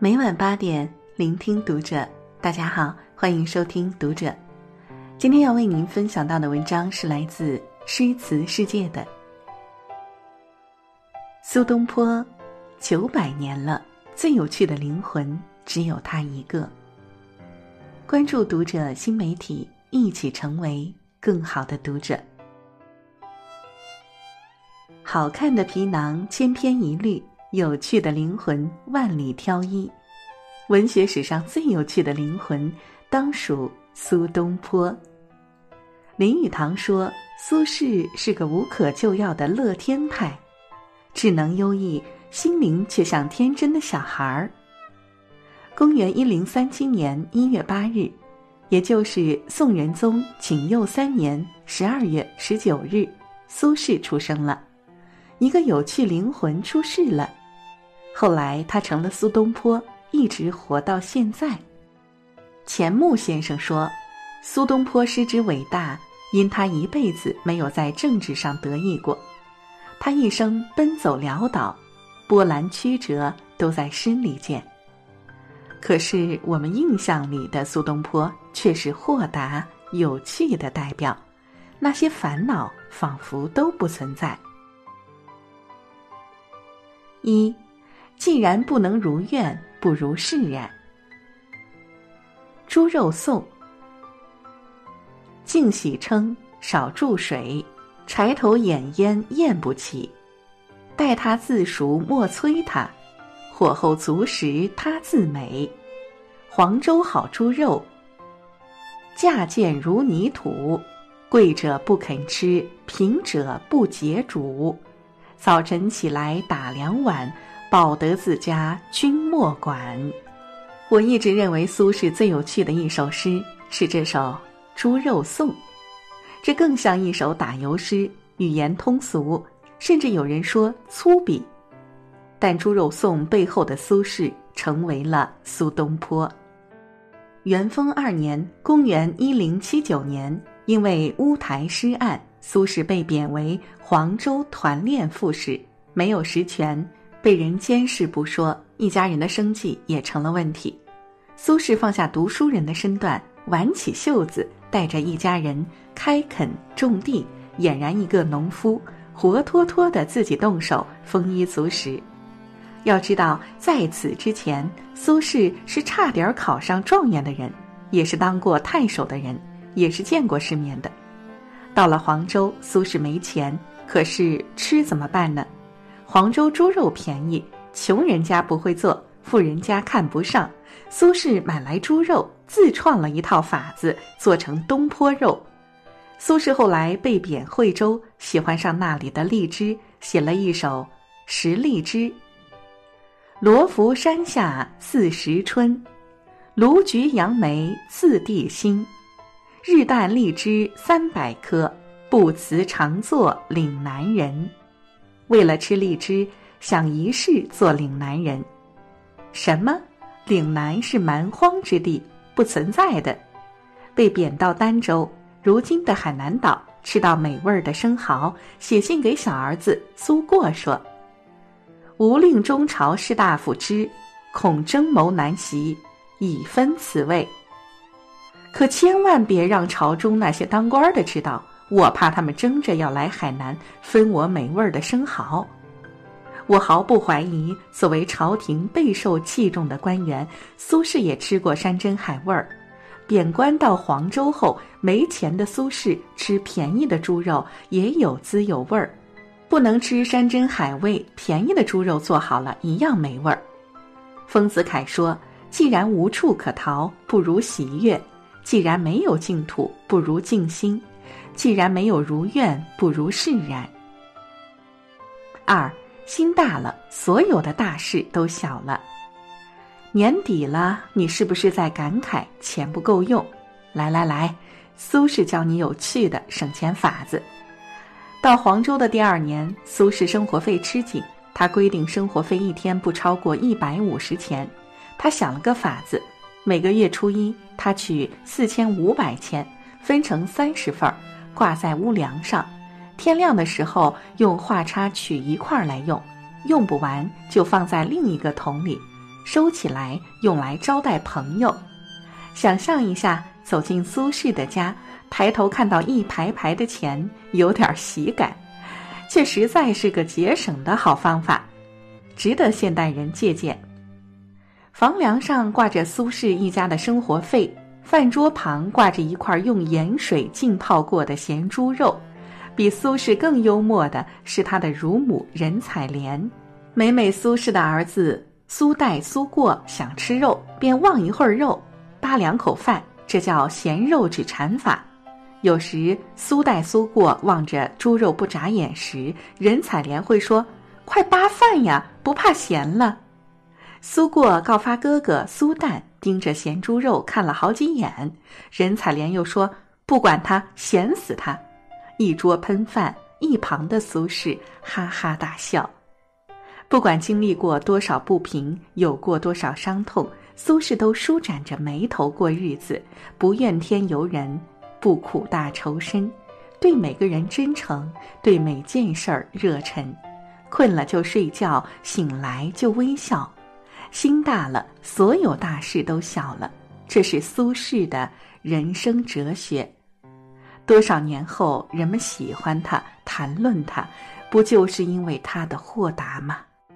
每晚8点，聆听读者。大家好，欢迎收听读者。今天要为您分享到的文章是来自诗词世界的苏东坡。900年了，最有趣的灵魂只有他一个。关注读者新媒体，一起成为更好的读者。好看的皮囊千篇一律，有趣的灵魂万里挑一。文学史上最有趣的灵魂当属苏东坡。林语堂说，苏轼是个无可救药的乐天派，智能优异，心灵却像天真的小孩。公元1037年1月8日，也就是宋仁宗景佑3年12月19日，苏轼出生了。一个有趣灵魂出世了，后来他成了苏东坡，一直活到现在。钱穆先生说，苏东坡诗之伟大，因他一辈子没有在政治上得意过，他一生奔走潦倒，波澜曲折都在诗里见。可是我们印象里的苏东坡却是豁达有趣的代表，那些烦恼仿佛都不存在。1. 既然不能如愿，不如释然。猪肉颂。净洗称，少注水，柴头掩烟咽不起。待他自熟莫催他，火候足时他自美。黄州好猪肉，价贱如泥土。贵者不肯吃，贫者不解煮。早晨起来打2碗，保得自家君莫管。我一直认为苏轼最有趣的一首诗是这首《猪肉颂》，这更像一首打油诗，语言通俗，甚至有人说粗鄙。但《猪肉颂》背后的苏轼成为了苏东坡。元丰2年，公元1079年，因为乌台诗案，苏轼被贬为黄州团练副使，没有实权，被人监视不说，一家人的生计也成了问题。苏轼放下读书人的身段，挽起袖子，带着一家人开垦种地，俨然一个农夫，活脱脱的自己动手，丰衣足食。要知道，在此之前，苏轼是差点考上状元的人，也是当过太守的人，也是见过世面的。到了黄州，苏轼没钱，可是吃怎么办呢？黄州猪肉便宜，穷人家不会做，富人家看不上。苏轼买来猪肉，自创了一套法子，做成东坡肉。苏轼后来被贬惠州，喜欢上那里的荔枝，写了一首《食荔枝》。罗浮山下40春，卢橘杨梅次第新。日啖荔枝300颗，不辞常作岭南人。为了吃荔枝，想一世做岭南人。什么？岭南是蛮荒之地，不存在的。被贬到儋州，如今的海南岛，吃到美味的生蚝，写信给小儿子苏过说，吾令中朝士大夫知，恐争谋难袭，以分此位。可千万别让朝中那些当官的知道，我怕他们争着要来海南分我美味的生蚝。我毫不怀疑，作为朝廷备受器重的官员，苏轼也吃过山珍海味儿。贬官到黄州后，没钱的苏轼吃便宜的猪肉也有滋有味儿。不能吃山珍海味，便宜的猪肉做好了一样没味儿。丰子恺说，既然无处可逃，不如喜悦；既然没有净土，不如静心；既然没有如愿，不如释然。2. 心大了，所有的大事都小了。年底了，你是不是在感慨钱不够用？来，苏轼教你有趣的省钱法子。到黄州的第2年，苏轼生活费吃紧，他规定生活费一天不超过150钱。他想了个法子，每个月初1，他取4500钱，分成30份，挂在屋梁上。天亮的时候用画叉取一块来用，用不完就放在另一个桶里， 收起来用来招待朋友。想象一下，走进苏轼的家，抬头看到一排排的钱，有点喜感，却实在是个节省的好方法，值得现代人借鉴。房梁上挂着苏轼一家的生活费，饭桌旁挂着一块用盐水浸泡过的咸猪肉。比苏轼更幽默的是他的乳母任采莲，每每苏轼的儿子苏代、苏过想吃肉，便望一会儿肉，扒两口饭，这叫咸肉止馋法。有时苏代、苏过望着猪肉不眨眼时，任采莲会说：“快扒饭呀，不怕咸了。”苏过告发哥哥苏旦盯着咸猪肉看了好几眼，任采莲又说：“不管他，咸死他。”一桌喷饭，一旁的苏轼哈哈大笑。不管经历过多少不平，有过多少伤痛，苏轼都舒展着眉头过日子，不怨天尤人，不苦大仇深，对每个人真诚，对每件事儿热忱。困了就睡觉，醒来就微笑。心大了，所有大事都小了。这是苏轼的人生哲学。多少年后，人们喜欢他，谈论他，不就是因为他的豁达吗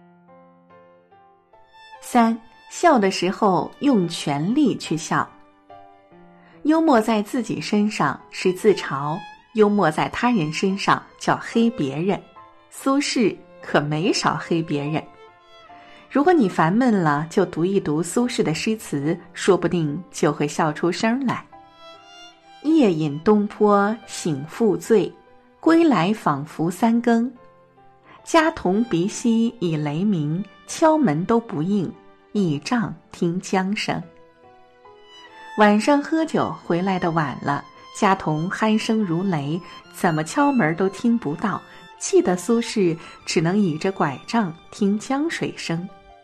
？3. 笑的时候用全力去笑。幽默在自己身上是自嘲，幽默在他人身上叫黑别人。苏轼可没少黑别人。如果你烦闷了，就读一读苏轼的诗词，说不定就会笑出声来。夜饮东坡醒复醉，归来仿佛3更。家童鼻息已雷鸣，敲门都不应，倚杖听江声。晚上喝酒回来的晚了，家童鼾声如雷，怎么敲门都听不到，气得苏轼只能倚着拐杖听江水声。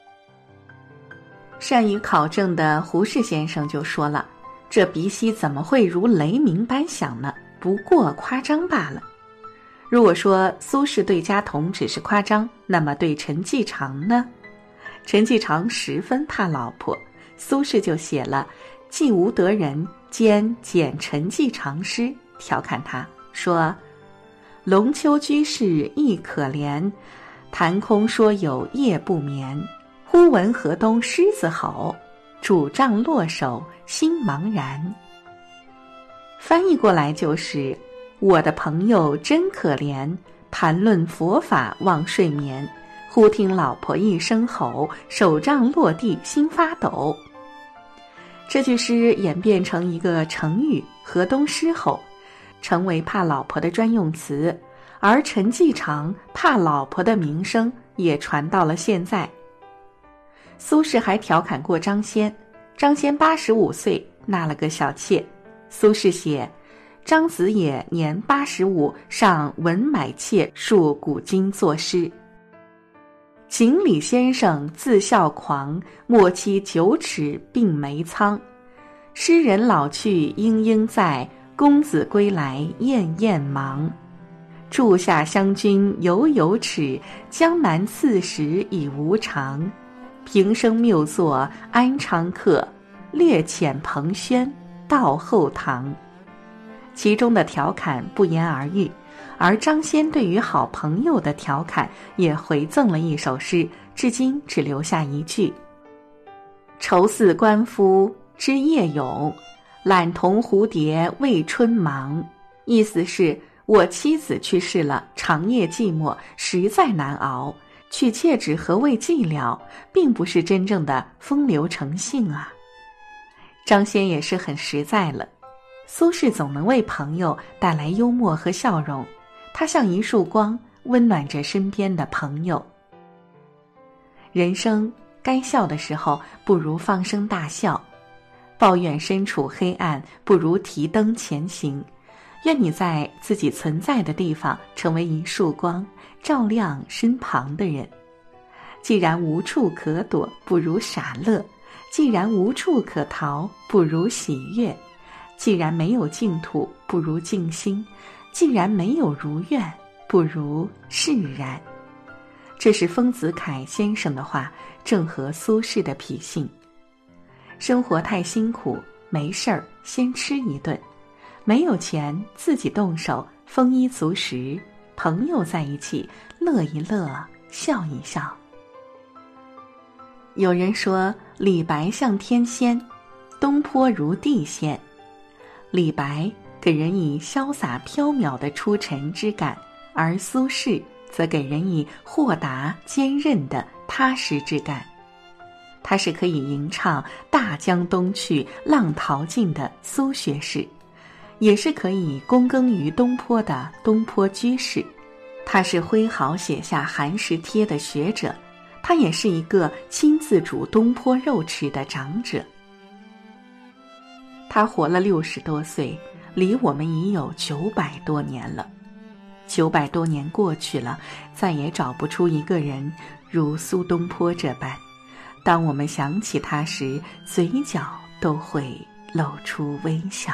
善于考证的胡适先生就说了，这鼻息怎么会如雷鸣般响呢？不过夸张罢了。如果说苏轼对家童只是夸张，那么对陈继常呢？陈继常十分怕老婆，苏轼就写了《既无得人兼简陈继常》诗，调侃他说：龙丘居士亦可怜，谈空说有夜不眠。忽闻河东狮子吼，拄杖落手心茫然。翻译过来就是：我的朋友真可怜，谈论佛法忘睡眠，忽听老婆一声吼，手杖落地心发抖。这句诗演变成一个成语河东狮吼，成为怕老婆的专用词，而陈继常怕老婆的名声也传到了现在。苏轼还调侃过张先，张先85岁纳了个小妾，苏轼写：张子也年85，尚闻买妾数古今作诗。锦鲤先生自笑狂，莫期9尺并眉苍。诗人老去莺莺在，公子归来燕燕忙。柱下湘君犹有尺，江南40已无常。平生谬作安昌客，略遣彭轩到后堂。其中的调侃不言而喻，而张先对于好朋友的调侃也回赠了一首诗，至今只留下一句：愁似官夫知夜咏，懒同蝴蝶为春忙。意思是我妻子去世了，长夜寂寞，实在难熬，娶妾只何谓寂寥，并不是真正的风流成性啊。张先也是很实在了。苏轼总能为朋友带来幽默和笑容，他像一束光，温暖着身边的朋友。人生该笑的时候，不如放声大笑；抱怨身处黑暗，不如提灯前行。愿你在自己存在的地方成为一束光，照亮身旁的人。既然无处可躲，不如傻乐；既然无处可逃，不如喜悦；既然没有净土，不如静心；既然没有如愿，不如释然。 这是丰子恺先生的话，正合苏轼的脾性。生活太辛苦，没事儿先吃一顿，没有钱自己动手，丰衣足食，朋友在一起乐一乐，笑一笑。有人说李白像天仙，东坡如地仙。李白给人以潇洒飘渺的出尘之感，而苏轼则给人以豁达坚韧的踏实之感。他是可以吟唱大江东去，浪淘尽的苏学士，也是可以躬耕于东坡的东坡居士。他是挥毫写下寒食帖的学者，他也是一个亲自煮东坡肉吃的长者。他活了60多岁，离我们已有900多年了。900多年过去了，再也找不出一个人如苏东坡这般，当我们想起他时，嘴角都会露出微笑。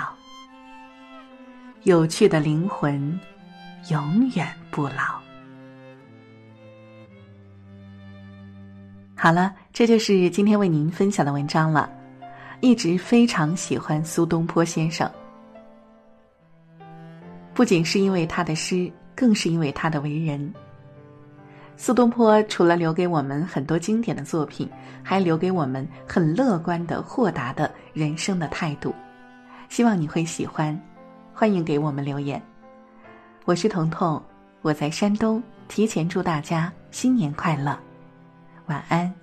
有趣的灵魂永远不老。好了，这就是今天为您分享的文章了。一直非常喜欢苏东坡先生，不仅是因为他的诗，更是因为他的为人。苏东坡除了留给我们很多经典的作品，还留给我们很乐观的、豁达的人生的态度。希望你会喜欢，欢迎给我们留言。我是彤彤，我在山东，提前祝大家新年快乐，晚安。